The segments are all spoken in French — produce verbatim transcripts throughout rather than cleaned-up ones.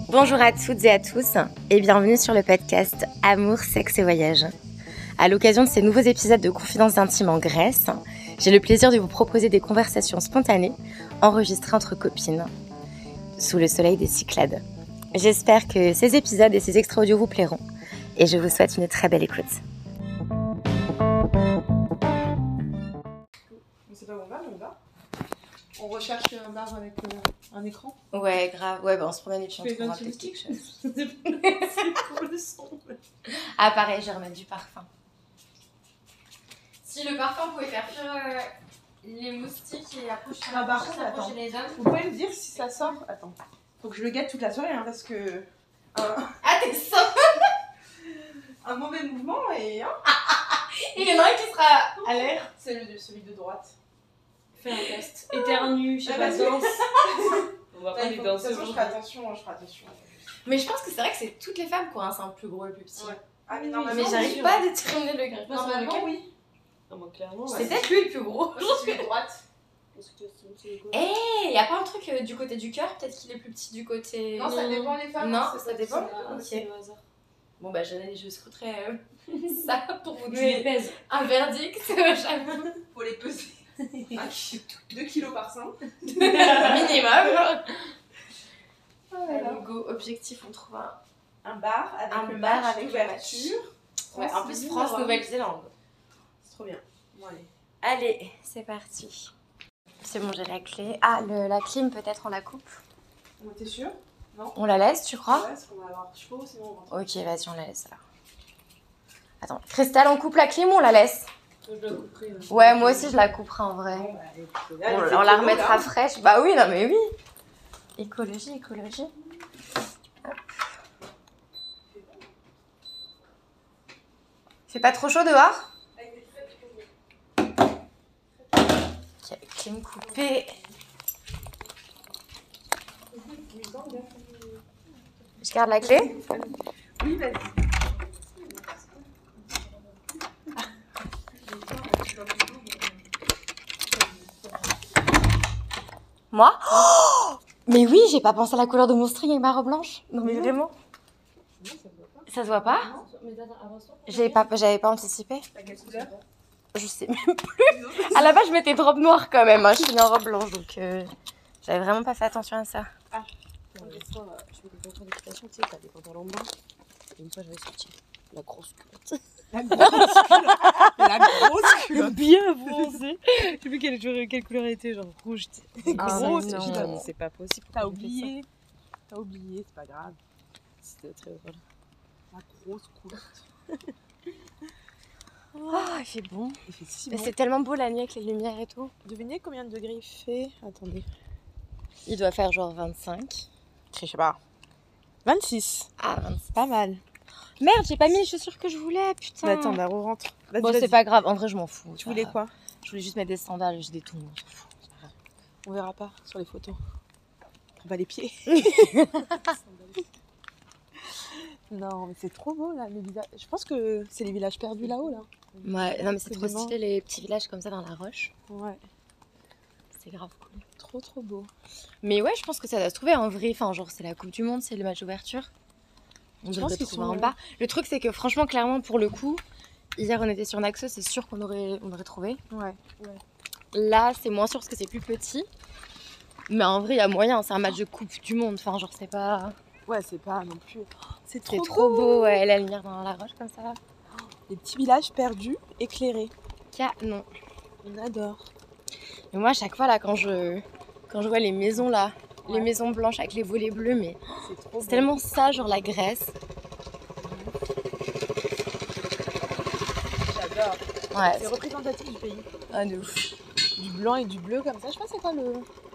Bonjour à toutes et à tous et bienvenue sur le podcast Amour, Sexe et Voyage. À l'occasion de ces nouveaux épisodes de Confidences intimes en Grèce, j'ai le plaisir de vous proposer des conversations spontanées enregistrées entre copines sous le soleil des Cyclades. J'espère que ces épisodes et ces extraits audio vous plairont et je vous souhaite une très belle écoute. On sait pas où on va, mais on va. On recherche un bar avec euh, un écran. Ouais, grave. Ouais, bah on se promène et puis on Tu fais trouvera comme peut-être tu quelque chose. C'est pour le son. Ah, pareil, j'ai remis du parfum. Si le parfum pouvait faire fuir euh, les moustiques et approcher, Ah, par contre, approcher attends. les hommes. Vous pouvez me dire si ça sort. Attends. Faut que je le guette toute la soirée, hein, parce que. Un, Ah, t'es ça. un mauvais mouvement et. Hein, Il y en a un qui sera à l'air. c'est le, celui de droite. Fais un test. Éternue, je sais Ah, pas, vas-y. danse. On va Là, pas il les faut- danser de toute façon, je ferai aujourd'hui. attention, je ferai attention. Mais je pense que c'est vrai que c'est toutes les femmes qui ont un sein plus gros et plus petit. Ouais. Ah, mais Oui, normalement. Mais j'arrive sûr. pas à déterminer le grade. Normalement, Normalement, oui. Non, moi, clairement, c'est ouais. peut-être lui le plus gros. Moi, c'est celui de droite. Parce que c'est- c'est quoi Eh, y a pas un truc euh, du côté du cœur? Peut-être qu'il est plus petit du côté. Non, ça Non. dépend les femmes. Non, hein, ça c'est- dépend. Ah, Ok. c'est le hasard. Bon, bah, je, je scruterai euh, ça pour vous Je les donner pèse. un verdict. J'avoue. Faut les peser. deux kilos par sein. Minimum. Voilà. Allez, go, objectif, on trouve un. Un bar avec Un le bar match avec le match. d'ouverture. Ouais, en plus, France, Nouvelle-Zélande. C'est trop bien. Bon, allez. Allez, c'est parti. C'est bon, j'ai la clé. Ah, le, la clim, peut-être on la coupe. On était sûr? Non? On la laisse, tu crois? Ouais, parce qu'on va avoir chaud, sinon on rentre. Ok, vas-y, on la laisse alors. Attends, Cristal, on coupe la clim ou on la laisse? Je la couperai. hein. Ouais, moi aussi, je la couperai en vrai. Bon, bah, allez, On, allez, on c'est la écolo, remettra là. fraîche. Bah oui, non mais oui. Écologie, écologie. Hop. C'est pas trop chaud dehors? Ok, clim coupée. Je garde la clé. Oui, vas-y. Moi? Oh, mais oui, j'ai pas pensé à la couleur de mon string avec ma robe blanche. Non mais vraiment? Non, ça se voit pas. Ça se voit pas? Non, mais attends, avance-toi. J'avais pas, j'avais pas anticipé. T'as quelle couleur? Je sais même plus. À la base, je mettais une robe noire quand même. Hein. Je suis en robe blanche, donc euh, j'avais vraiment pas fait attention à ça. Des fois, je fais des contours d'équitation, tu sais, t'as des pantalons blancs. Et une fois, j'avais sorti la grosse culotte. La grosse culotte. La grosse culotte. Bien foncé. Je sais plus quelle, quelle couleur elle était, genre rouge. Ah, grosse non. culotte. C'est pas possible. T'as oublié. T'as oublié, c'est pas grave. C'était très drôle. La grosse culotte. Ah, il fait bon. Il fait si Mais bon. c'est tellement beau la nuit avec les lumières et tout. Devinez combien de degrés il fait? Attendez. Il doit faire genre vingt-cinq. Je sais pas. vingt-six. Ah, vingt-six. Pas mal. Merde, j'ai pas mis les chaussures que je voulais, putain. Bah attends, bah re-rentre. Vas-y, Bon, vas-y. c'est pas grave. En vrai, je m'en fous. Tu voulais quoi? Je voulais juste mettre des sandales, j'ai des tout. On s'en fout. On verra pas sur les photos. On va les pieds. Non, mais c'est trop beau là, les villages. Je pense que c'est les villages perdus là-haut là. Ouais, non, mais c'est C'est trop vraiment- stylé les petits villages comme ça dans la roche. Ouais, C'est grave cool. trop trop beau. Mais ouais, je pense que ça doit se trouver en vrai. Enfin, genre, c'est la Coupe du Monde, c'est le match d'ouverture. On Je devrait pense qu'ils trouver sont- en bas. Le truc, c'est que franchement, clairement, pour le coup, hier on était sur Naxos, c'est sûr qu'on aurait, on aurait trouvé. Ouais. Là, c'est moins sûr parce que c'est plus petit. Mais en vrai, il y a moyen. C'est un match de Coupe du Monde. Enfin, genre, c'est pas. Ouais, c'est pas non plus. Oh, c'est trop, C'est trop beau, ouais, la lumière dans la roche comme ça. Les petits villages perdus, éclairés. Canon. On adore. Mais moi, à chaque fois, là, quand je, quand je vois les maisons, là, les Ouais. maisons blanches avec les volets bleus, mais C'est trop c'est beau. tellement ça, genre la Grèce. J'adore. Ouais, C'est représentatif du pays. ah, de ouf. Du blanc et du bleu comme ça. Je sais pas c'est quoi le...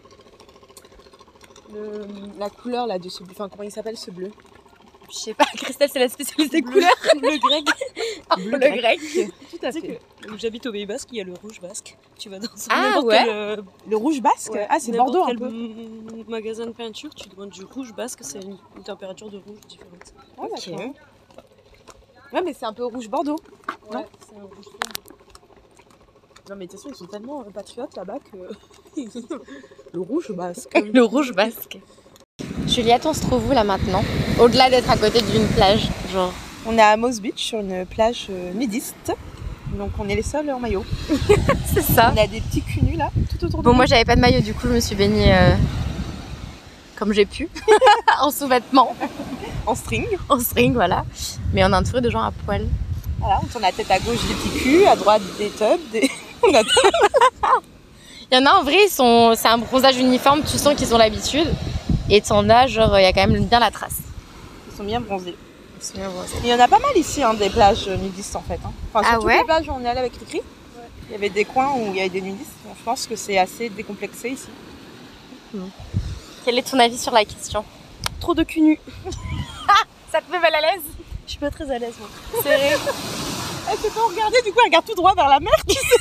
le... la couleur là de ce bleu. Enfin, comment il s'appelle ce bleu? Je sais pas, Christelle, c'est la spécialiste des couleurs. Le grec. Le grec. Tout à Tu sais fait. que où j'habite au Pays Basque, il y a le rouge basque. Tu vas dans Ah, n'importe ouais. quel, euh, Le rouge basque? ouais, Ah, c'est n'importe Bordeaux un quel peu. m- magasin de peinture, tu demandes du rouge basque, c'est une, une température de rouge différente. Ah, Ok. d'accord. Ouais, mais c'est un peu rouge Bordeaux. Non. Ouais, c'est un rouge sombre. Non, mais de toute façon, ils sont tellement euh, patriotes là-bas que. Le rouge basque. Le rouge basque. Je Juliette, on se trouve où là maintenant? Au-delà d'être à côté d'une plage, genre. On est à Moss Beach sur une plage euh, nudiste. Donc on est les seuls en maillot. C'est ça. On a des petits culs nus là, tout autour de Bon, nous. moi j'avais pas de maillot, du coup je me suis baignée euh, comme j'ai pu, en sous-vêtements, En string. en string, voilà. Mais on est entouré de gens à poil. Voilà, on tourne la tête à gauche des petits culs, à droite des tubs. Des... on a... Il y en a en vrai, ils sont... c'est un bronzage uniforme, tu sens qu'ils ont l'habitude. Et t'en as, genre, il y a quand même bien la trace. Ils sont bien bronzés. Ils sont bien bronzés. Il y en a pas mal ici, hein, des plages nudistes en fait. Hein. Enfin, Ah sur toutes ouais les plages où on est allé avec Cricri, il y avait des coins où il y avait des nudistes. Donc, je pense que c'est assez décomplexé ici. Quel est ton avis sur la question? Trop de cul nus. Ça te met mal à l'aise? Je suis pas très à l'aise moi. C'est vrai. Elle peut pas regarder, du coup elle regarde tout droit vers la mer.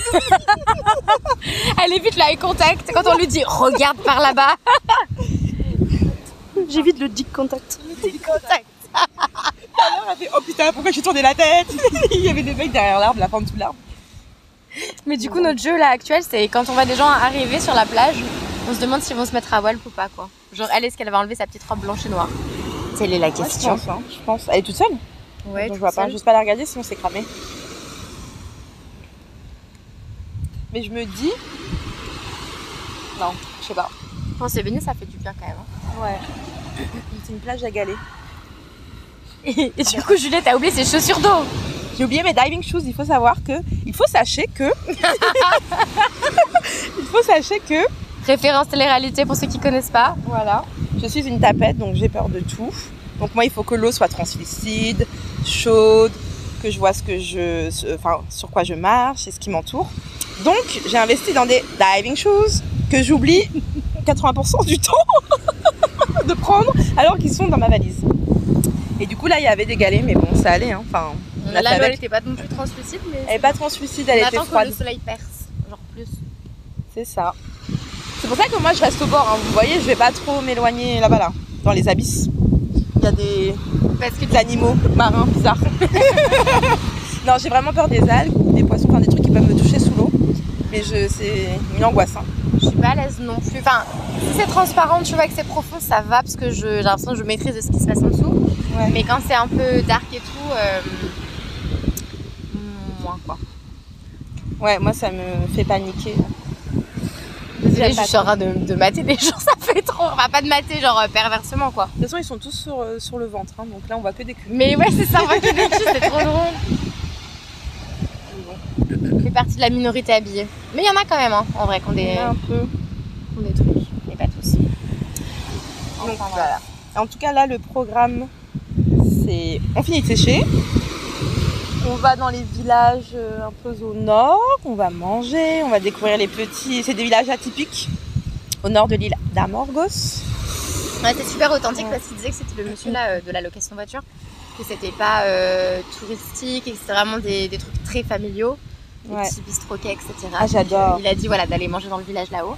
Elle évite le eye contact quand on lui dit regarde par là-bas. J'évite le dick contact. Contact. Alors elle fait oh putain pourquoi j'ai tourné la tête. Il y avait des mecs derrière l'arbre, la fin de tout l'arbre. Mais du coup, notre jeu là actuel, c'est quand on voit des gens arriver sur la plage, on se demande s'ils vont se mettre à voile ou pas, quoi. Genre, elle, est-ce qu'elle va enlever sa petite robe blanche et noire? Telle est la Ouais, je question. pense, hein, je pense. Elle est toute seule. Ouais, Donc, je toute vois pas, seule. j'ose pas la regarder sinon c'est cramé. Mais je me dis. Non, je sais pas. Quand c'est baigner, ça fait du bien quand même. hein. Ouais. C'est une plage à galer. Et, et du coup, Juliette a oublié ses chaussures d'eau. J'ai oublié mes diving shoes. Il faut savoir que. Il faut sachez que. Il faut sachez que. Référence télé-réalité pour ceux qui connaissent pas. Voilà. Je suis une tapette donc j'ai peur de tout. Donc moi il faut que l'eau soit translucide, chaude, que je vois ce que je. ce- Enfin, sur quoi je marche et ce qui m'entoure. Donc j'ai investi dans des diving shoes que j'oublie quatre-vingts pour cent du temps de prendre alors qu'ils sont dans ma valise. Et du coup là il y avait des galets mais bon ça allait hein. Enfin, on a fait Là, l'eau, elle avec. était pas non plus translucide, mais. Elle est pas translucide, elle on était attend que froide. le soleil perce. Genre plus. C'est ça. C'est pour ça que moi je reste au bord. Hein. Vous voyez, je vais pas trop m'éloigner là-bas là, dans les abysses. Il y a des, Parce que des animaux marins bizarres. Non, j'ai vraiment peur des algues, des poissons, enfin des trucs qui peuvent me toucher sous l'eau. Mais je, c'est une angoisse. Hein. je suis pas à l'aise non plus. Enfin, si c'est transparent, tu vois que c'est profond, ça va parce que je- j'ai l'impression que je maîtrise de ce qui se passe en dessous. Ouais. Mais quand c'est un peu dark et tout, euh, moins quoi. Ouais, moi ça me fait paniquer. Désolée, je pas suis en train de, de mater des gens, ça fait trop. Enfin, pas de mater, genre euh, perversement quoi. De toute façon, ils sont tous sur, euh, sur le ventre. Hein, donc là, on voit que des culs. Mais ouais, c'est ça, on voit que des culs, c'est trop drôle. On fait partie de la minorité habillée. Mais il y en a quand même, hein, en vrai, qui ont Il des, y en a un peu. qui ont des trucs. Mais pas tous. Donc Enfin, voilà. En tout cas, là, le programme, c'est on finit de sécher. On va dans les villages euh, un peu au nord, on va manger, on va découvrir les petits. C'est des villages atypiques au nord de l'île d'Amorgos. Ouais, c'est super authentique Ouais. parce qu'il disait que c'était le monsieur là euh, de la location voiture, que c'était pas euh, touristique et que c'était vraiment des, des trucs très familiaux, des Ouais. petits bistroquets, et cetera. Ah, j'adore. Donc, euh, il a dit voilà d'aller manger dans le village là-haut.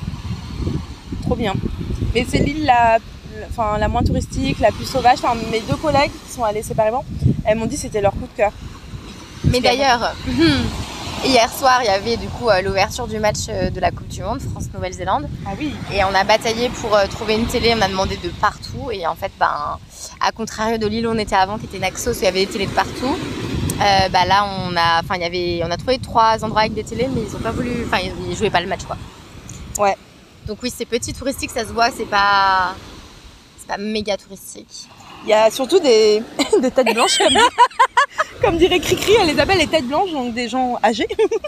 Trop bien. Mais c'est l'île la, la- enfin, la moins touristique, la plus sauvage. Enfin, mes deux collègues qui sont allés séparément, elles m'ont dit que c'était leur coup de cœur. Mais Super. d'ailleurs, hier soir il y avait du coup euh, l'ouverture du match euh, de la Coupe du Monde France-Nouvelle-Zélande. Ah oui. Et on a bataillé pour euh, trouver une télé, on a demandé de partout. Et en fait, ben, à contrario de l'île où on était avant, qui était Naxos, où il y avait des télés de partout, euh, bah là, on a, enfin, il y avait, on a trouvé trois endroits avec des télés, mais ils ont pas voulu, enfin, ils, ils jouaient pas le match, quoi. Ouais. Donc oui, c'est petit touristique, ça se voit, c'est pas, c'est pas méga touristique. Il y a surtout des, des têtes blanches, comme, comme dirait Cricri, elle les appelle les têtes blanches, donc des gens âgés,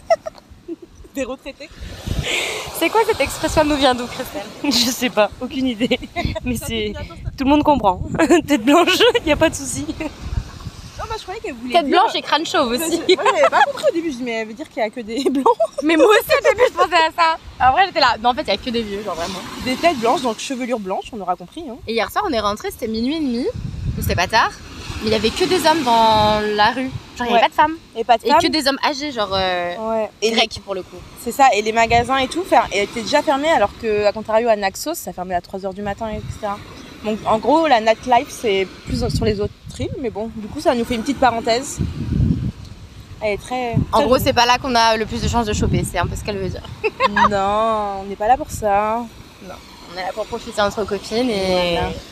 des retraités. C'est quoi cette expression? Elle nous vient d'où, Christelle? Je sais pas, aucune idée. Mais c'est. Tout le monde comprend. Tête blanche, y a pas de souci. Non, moi je croyais qu'elle voulait Tête dire... blanche et crâne chauve aussi. Moi j'avais pas compris au début, je dis mais elle veut dire qu'il y a que des blancs. Mais moi aussi au début, je pensais à ça. En vrai, j'étais là. Non, en fait, il y a que des vieux, genre vraiment. Des têtes blanches, donc chevelure blanche, on aura compris. Hein. Et hier soir, on est rentré, c'était minuit et demi. Donc c'était pas tard. Mais il y avait que des hommes dans la rue. Genre, il y avait Ouais. pas de femmes. Et pas de Et femmes. que des hommes âgés, genre euh, Ouais. Et les- grecs pour le coup. c'est ça, et les magasins et tout fer- étaient déjà fermés, alors qu'à contrario à Naxos, ça fermait à trois heures du matin, et cetera. Donc en gros, la nightlife, c'est plus sur les autres îles, mais bon, du coup, ça nous fait une petite parenthèse. Elle est très... En très gros, jolie. c'est pas là qu'on a le plus de chances de choper, c'est un peu ce qu'elle veut dire. Non, on n'est pas là pour ça. On est là pour profiter entre copines et Voilà.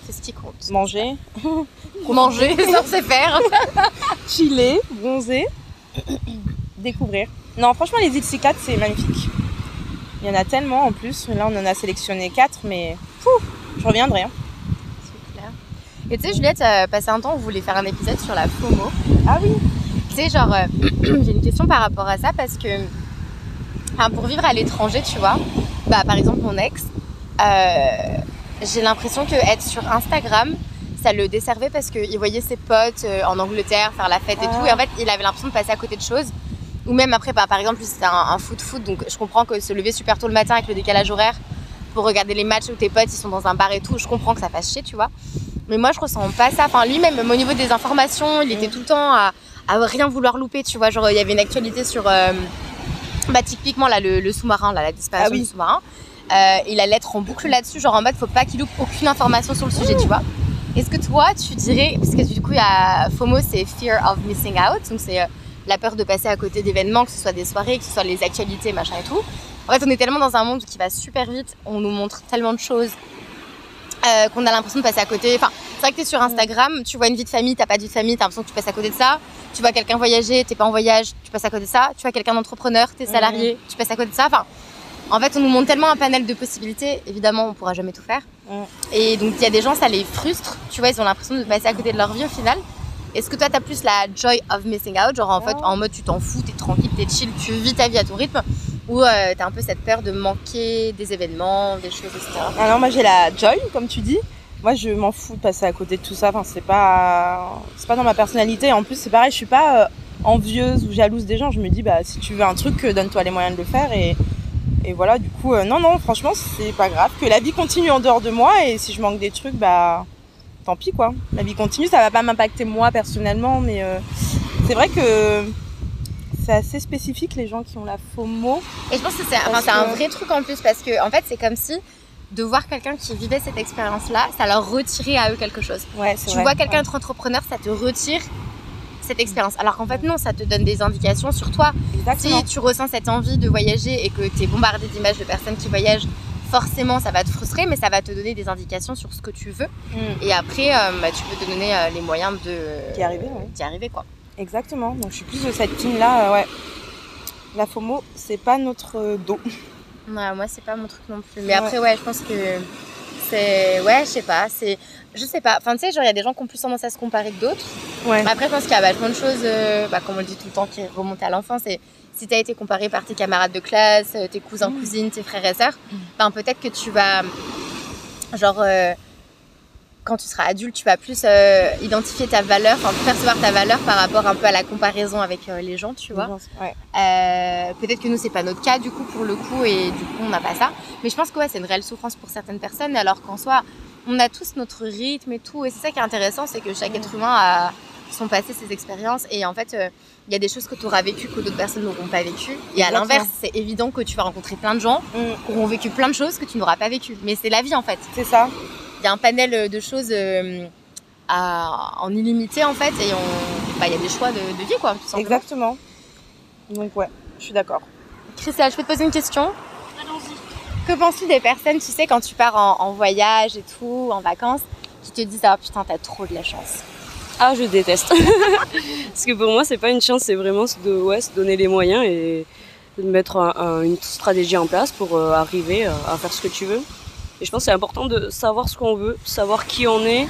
C'est ce qui compte. Manger. Manger, ça on sait faire. Chiller, bronzer, découvrir. Non, franchement, les îles Cyclades, c'est magnifique. Il y en a tellement en plus. Là, on en a sélectionné quatre, mais pouf, je reviendrai. Hein. C'est clair. Et tu sais, Juliette, euh, passé un temps, on voulait faire un épisode sur la FOMO. Ah oui. Tu sais, genre, euh, j'ai une question par rapport à ça parce que, enfin, pour vivre à l'étranger, tu vois, bah, par exemple, mon ex, euh, j'ai l'impression que être sur Instagram, ça le desservait parce qu'il voyait ses potes euh, en Angleterre faire la fête et ah. tout, et en fait, il avait l'impression de passer à côté de choses. Ou même après, bah, par exemple, lui, c'était un, un foot-foot, donc je comprends que se lever super tôt le matin avec le décalage horaire pour regarder les matchs où tes potes ils sont dans un bar et tout, je comprends que ça fasse chier, tu vois. Mais moi, je ressens pas ça. Enfin, lui, même au niveau des informations, il était tout le temps à, à rien vouloir louper, tu vois. Genre, il y avait une actualité sur, euh, bah, typiquement, là, le, le sous-marin, là, la disparition ah, oui. du sous-marin. Euh, il allait être en boucle là-dessus, genre en mode, faut pas qu'il loupe aucune information sur le sujet, tu vois. Est-ce que toi, tu dirais, parce que du coup, il y a FOMO, c'est Fear of Missing Out, donc c'est euh, la peur de passer à côté d'événements, que ce soit des soirées, que ce soit les actualités, machin et tout. En fait, on est tellement dans un monde qui va super vite, on nous montre tellement de choses euh, qu'on a l'impression de passer à côté. Enfin, c'est vrai que t'es sur Instagram, tu vois une vie de famille, t'as pas de vie de famille, t'as l'impression que tu passes à côté de ça. Tu vois quelqu'un voyager, t'es pas en voyage, tu passes à côté de ça. Tu vois quelqu'un d'entrepreneur, t'es salarié, tu passes à côté de ça. Enfin, en fait, on nous montre tellement un panel de possibilités. Évidemment, on pourra jamais tout faire. Et donc, il y a des gens, ça les frustre. Tu vois, ils ont l'impression de passer à côté de leur vie au final. Est-ce que toi, t'as plus la joy of missing out, genre en fait, en mode tu t'en fous, t'es tranquille, t'es chill, tu vis ta vie à ton rythme, ou euh, t'as un peu cette peur de manquer des événements, des choses, et cetera. Alors moi, j'ai la joy, comme tu dis. Moi, je m'en fous de passer à côté de tout ça. Enfin, c'est pas, c'est pas dans ma personnalité. En plus, c'est pareil, je suis pas euh, envieuse ou jalouse des gens. Je me dis, bah, si tu veux un truc, donne-toi les moyens de le faire. Et, et voilà, du coup, euh, non, non, franchement, c'est pas grave. Que la vie continue en dehors de moi. Et si je manque des trucs, bah, tant pis, quoi. La vie continue, ça va pas m'impacter moi personnellement. Mais euh, c'est vrai que c'est assez spécifique, les gens qui ont la FOMO. Et je pense que c'est, enfin, c'est un vrai truc en plus. Parce que, en fait, c'est comme si de voir quelqu'un qui vivait cette expérience-là, ça leur retirait à eux quelque chose. Ouais, c'est tu vrai, vois quelqu'un ouais. être entrepreneur, ça te retire cette expérience. Alors qu'en fait, non, ça te donne des indications sur toi. Exactement. Si tu ressens cette envie de voyager et que tu es bombardé d'images de personnes qui voyagent, forcément, ça va te frustrer, mais ça va te donner des indications sur ce que tu veux. Mm. Et après, euh, bah, tu peux te donner euh, les moyens de, d'y arriver, ouais. d'y arriver, quoi. Exactement. Donc, je suis plus de cette team-là. Euh, ouais. La FOMO, c'est pas notre euh, dos. Ouais, moi, c'est pas mon truc non plus. Mais ouais. Après, ouais, je pense que c'est... Ouais, je sais pas. C'est... Je sais pas. Enfin, tu sais, genre, il y a des gens qui ont plus tendance à se comparer que d'autres. Ouais. Mais après, je pense qu'il y a vachement de choses, euh, bah, comme on le dit tout le temps, qui remontent à l'enfance. Et si t'as été comparé par tes camarades de classe, tes cousins, mmh. cousines, tes frères et sœurs, mmh. ben, peut-être que tu vas... Genre... Euh, quand tu seras adulte, tu vas plus euh, identifier ta valeur, enfin percevoir ta valeur par rapport un peu à la comparaison avec euh, les gens, tu vois. Ouais. Euh, peut-être que nous, c'est pas notre cas du coup pour le coup et du coup on n'a pas ça. Mais je pense que ouais, c'est une réelle souffrance pour certaines personnes, alors qu'en soi, on a tous notre rythme et tout. Et c'est ça qui est intéressant, c'est que chaque être humain a son passé, ses expériences. Et en fait, il euh, y a des choses que tu auras vécues que d'autres personnes n'auront pas vécues. Et à l'inverse, c'est évident que tu vas rencontrer plein de gens mm. qui auront vécu plein de choses que tu n'auras pas vécues. Mais c'est la vie en fait. C'est ça. Il y a un panel de choses euh, à, en illimité en fait, et il bah, y a des choix de, de vie quoi. Tout simplement. Exactement. Donc ouais, je suis d'accord. Christelle, je peux te poser une question ? Allons-y. Que penses-tu des personnes, tu sais, quand tu pars en, en voyage et tout, en vacances, qui te disent ah putain t'as trop de la chance ? Ah je déteste. Parce que pour moi c'est pas une chance, c'est vraiment de ouais, se donner les moyens et de mettre un, un, une stratégie en place pour euh, arriver à faire ce que tu veux. Et je pense que c'est important de savoir ce qu'on veut, savoir qui on est.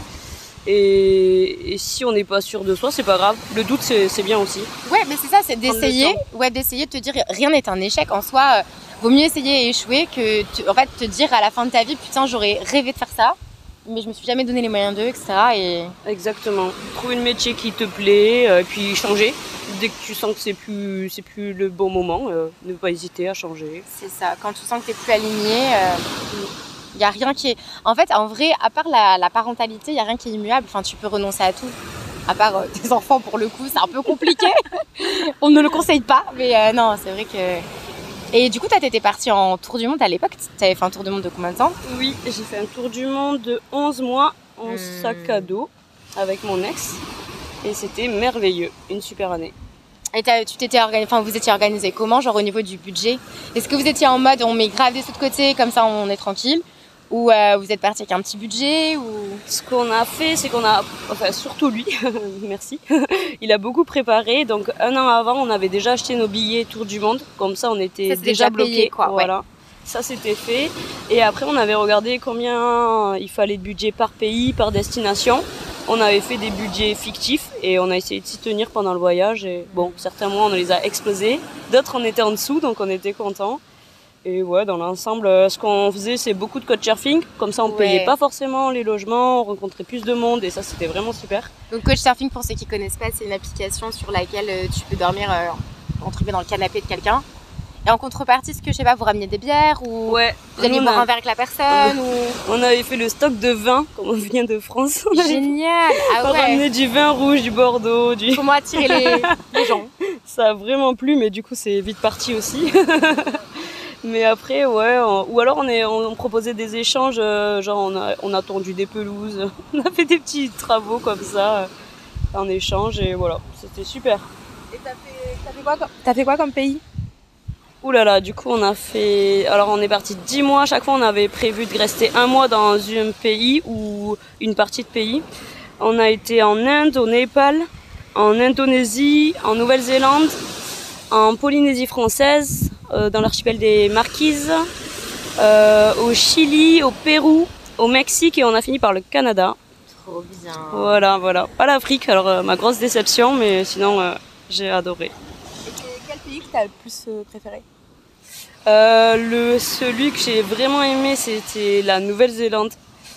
Et, et si on n'est pas sûr de soi, c'est pas grave. Le doute, c'est, c'est bien aussi. Ouais, mais c'est ça, c'est d'essayer, ouais, d'essayer de te dire rien n'est un échec en soi. Euh, vaut mieux essayer et échouer que tu, en fait, te dire à la fin de ta vie, putain, j'aurais rêvé de faire ça, mais je me suis jamais donné les moyens d'eux, et cetera. Et... Exactement. Trouver le métier qui te plaît, euh, et puis changer. Dès que tu sens que c'est plus, c'est plus le bon moment, euh, ne pas hésiter à changer. C'est ça, quand tu sens que t'es plus aligné. Euh... Il n'y a rien qui est... En fait, en vrai, à part la, la parentalité, il n'y a rien qui est immuable. Enfin, tu peux renoncer à tout. À part euh, tes enfants, pour le coup, c'est un peu compliqué. On ne le conseille pas. Mais euh, non, c'est vrai que... Et du coup, toi, t'étais partie en tour du monde à l'époque. T'avais fait un tour du monde de combien de temps ? Oui, j'ai fait un tour du monde de onze mois en mmh. sac à dos avec mon ex. Et c'était merveilleux. Une super année. Et tu t'étais organisé, enfin vous étiez organisé comment, genre au niveau du budget ? Est-ce que vous étiez en mode on met grave des sous de côté, comme ça on est tranquille ? Ou euh, vous êtes parti avec un petit budget ou... Ce qu'on a fait, c'est qu'on a, enfin surtout lui, merci, il a beaucoup préparé. Donc un an avant, on avait déjà acheté nos billets Tour du Monde. Comme ça, on était ça, déjà, déjà bloqués. Payé, quoi, voilà. Ouais. Ça, c'était fait. Et après, on avait regardé combien il fallait de budget par pays, par destination. On avait fait des budgets fictifs et on a essayé de s'y tenir pendant le voyage. Et bon, certains mois, on les a explosés. D'autres, on était en dessous, donc on était contents. Et ouais, dans l'ensemble, ce qu'on faisait, c'est beaucoup de couchsurfing. Comme ça, on ouais. payait pas forcément les logements, on rencontrait plus de monde et ça, c'était vraiment super. Donc, couchsurfing, pour ceux qui connaissent pas, c'est une application sur laquelle tu peux dormir euh, entre guillemets dans le canapé de quelqu'un. Et en contrepartie, est-ce que je sais pas, vous ramenez des bières ou ouais, vous allez boire a... un verre avec la personne ou... On avait fait le stock de vin, comme on vient de France. On Génial. Ah on ouais. ramenait du vin rouge, du Bordeaux, du... Comment attirer les, les gens. Ça a vraiment plu, mais du coup, c'est vite parti aussi. Mais après, ouais, on... ou alors on, est, on proposait des échanges, euh, genre on a, on a tondu des pelouses, on a fait des petits travaux comme ça, euh, en échange, et voilà, c'était super. Et t'as fait, t'as fait, quoi, comme... t'as fait quoi comme pays ? Ouh là là, du coup on a fait, alors on est parti dix mois, à chaque fois on avait prévu de rester un mois dans un pays ou une partie de pays. On a été en Inde, au Népal, en Indonésie, en Nouvelle-Zélande, en Polynésie française, euh, dans l'archipel des Marquises, euh, au Chili, au Pérou, au Mexique et on a fini par le Canada. Trop bien. Voilà, voilà. Pas l'Afrique, alors euh, ma grosse déception, mais sinon euh, j'ai adoré. Quel pays que tu as le plus euh, préféré ? euh, le, Celui que j'ai vraiment aimé, c'était la Nouvelle-Zélande.